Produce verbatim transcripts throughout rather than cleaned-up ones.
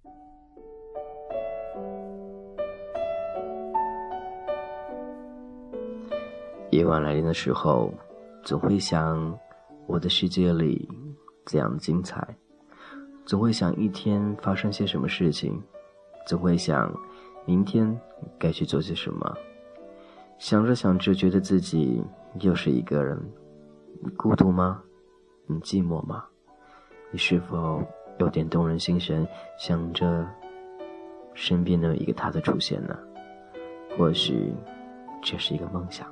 夜晚来临的时候，总会想我的世界里怎样的精彩，总会想一天发生些什么事情，总会想明天该去做些什么。想着想着，觉得自己又是一个人。你孤独吗？你寂寞吗？你是否有点动人心弦，想着身边的一个他的出现呢？或许这是一个梦想。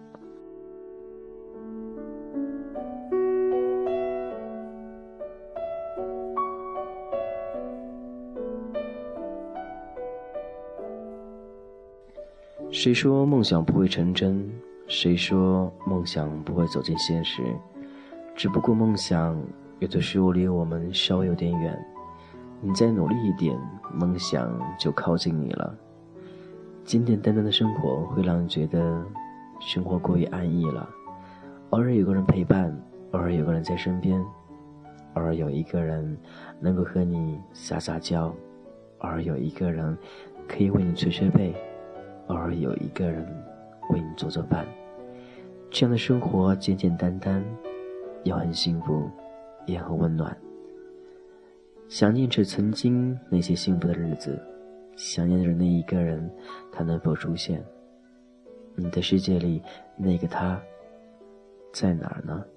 谁说梦想不会成真？谁说梦想不会走进现实？只不过梦想有的时候离我们稍微有点远，你再努力一点，梦想就靠近你了。简简单单的生活会让你觉得生活过于安逸了，偶尔有个人陪伴，偶尔有个人在身边，偶尔有一个人能够和你撒撒娇，偶尔有一个人可以为你捶捶背，偶尔有一个人为你做做饭。这样的生活简简单单，又很幸福，也很温暖。想念着曾经那些幸福的日子，想念着那一个人，他能否出现？你的世界里那个他在哪儿呢？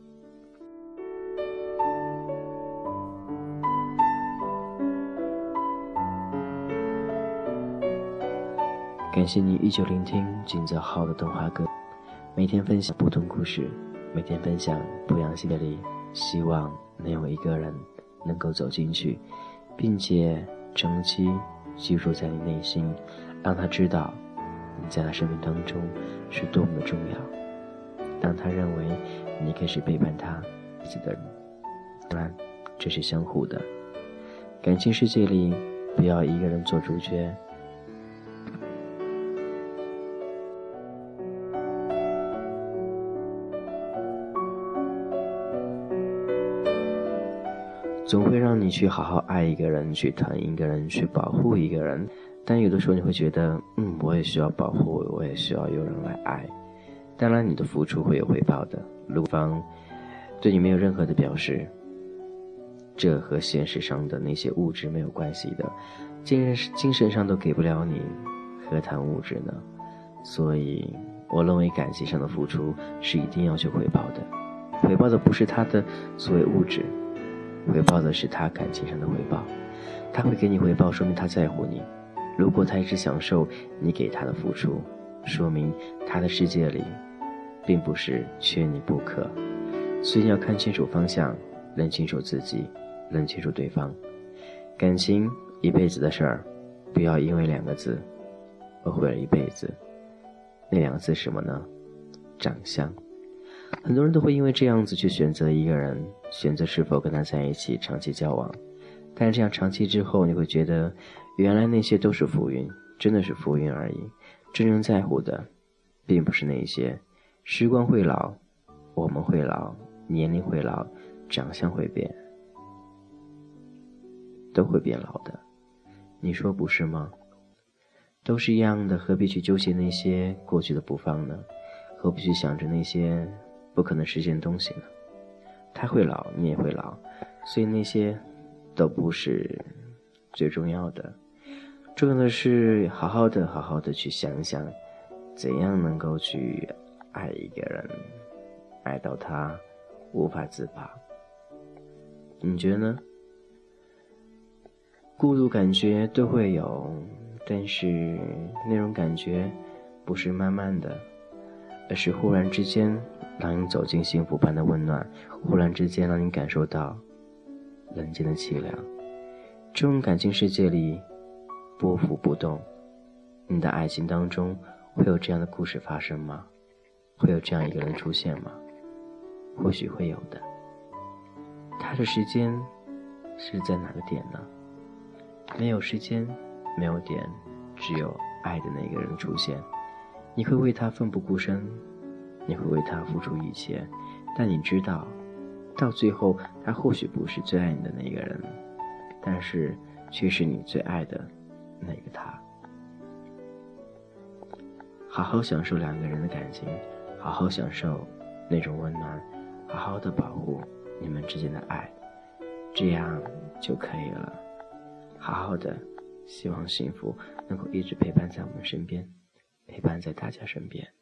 感谢你依旧聆听金泽浩的动画歌，每天分享不同故事，每天分享不一样系列里，希望能有一个人能够走进去，并且长期居住在你内心，让他知道你在他生命当中是多么的重要，让他认为你可以是陪伴他一起的人。当然这是相互的，感情世界里不要一个人做主角。总会让你去好好爱一个人，去疼一个人，去保护一个人，但有的时候你会觉得嗯，我也需要保护，我也需要有人来爱。当然你的付出会有回报的，如果方对你没有任何的表示，这和现实上的那些物质没有关系的，精神精神上都给不了你，何谈物质呢？所以我认为感情上的付出是一定要去回报的，回报的不是他的所谓物质，回报的是他感情上的回报。他会给你回报，说明他在乎你。如果他一直享受你给他的付出，说明他的世界里并不是缺你不可。所以你要看清楚方向，认清楚自己，认清楚对方。感情一辈子的事儿，不要因为两个字而毁了一辈子。那两个字是什么呢？长相。很多人都会因为这样子去选择一个人，选择是否跟他在一起长期交往。但是这样长期之后，你会觉得原来那些都是浮云，真的是浮云而已。真正在乎的并不是那些。时光会老，我们会老，年龄会老，长相会变，都会变老的，你说不是吗？都是一样的，何必去纠结那些过去的不放呢？何必去想着那些不可能实现的东西呢？他会老，你也会老，所以那些都不是最重要的。重要的是好好的好好的去想想，怎样能够去爱一个人，爱到他无法自拔。你觉得呢？孤独感觉都会有，但是那种感觉不是慢慢的，而是忽然之间让你走进幸福般的温暖，忽然之间让你感受到人间的凄凉。这种感情世界里波幅不动，你的爱情当中会有这样的故事发生吗？会有这样一个人出现吗？或许会有的。他的时间是在哪个点呢？没有时间，没有点，只有爱的那个人出现。你会为他奋不顾身，你会为他付出一切，但你知道到最后他或许不是最爱你的那个人，但是却是你最爱的那个他。好好享受两个人的感情，好好享受那种温暖，好好的保护你们之间的爱，这样就可以了。好好的，希望幸福能够一直陪伴在我们身边，陪伴在大家身边。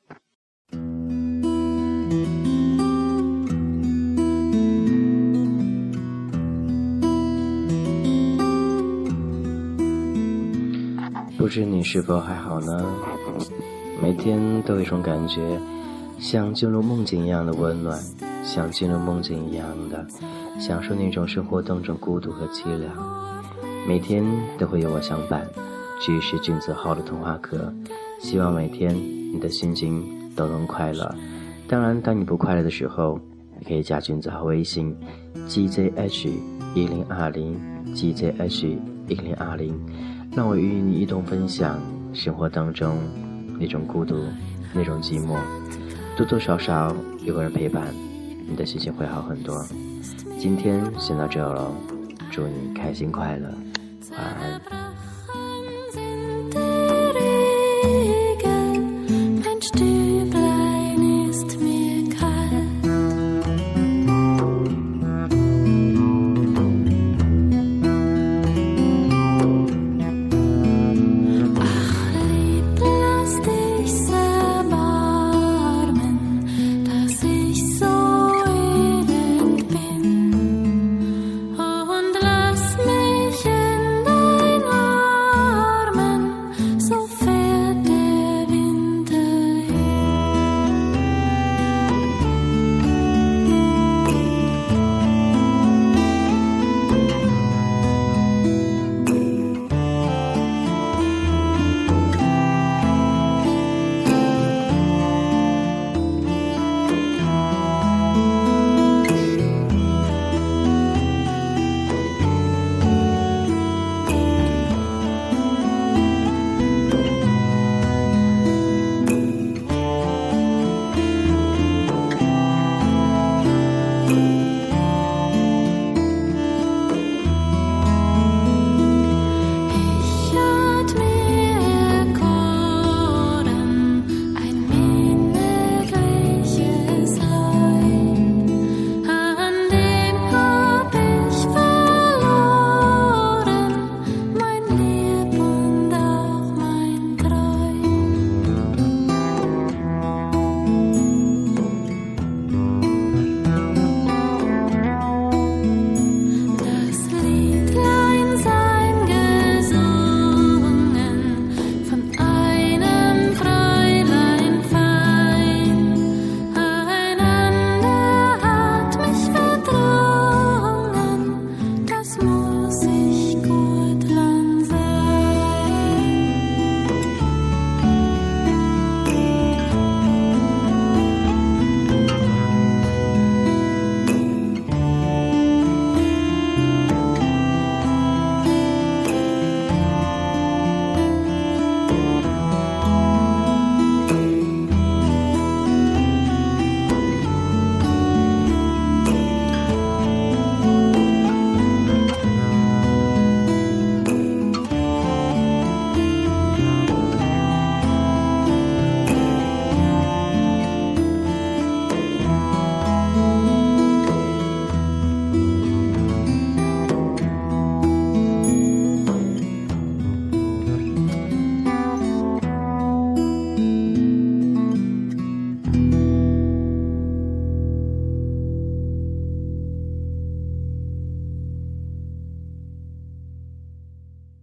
不知你是否还好呢？每天都有一种感觉，像进入梦境一样的温暖，像进入梦境一样的享受那种生活当中孤独和凄凉。每天都会有我相伴，这是君子号的童话课，希望每天你的心情都能快乐。当然当你不快乐的时候，你可以加君子号微信 G Z H 一零二零 G Z H 一零二零，让我与你一同分享生活当中那种孤独，那种寂寞，多多少少有个人陪伴，你的心情会好很多。今天先到这了，祝你开心快乐，晚安。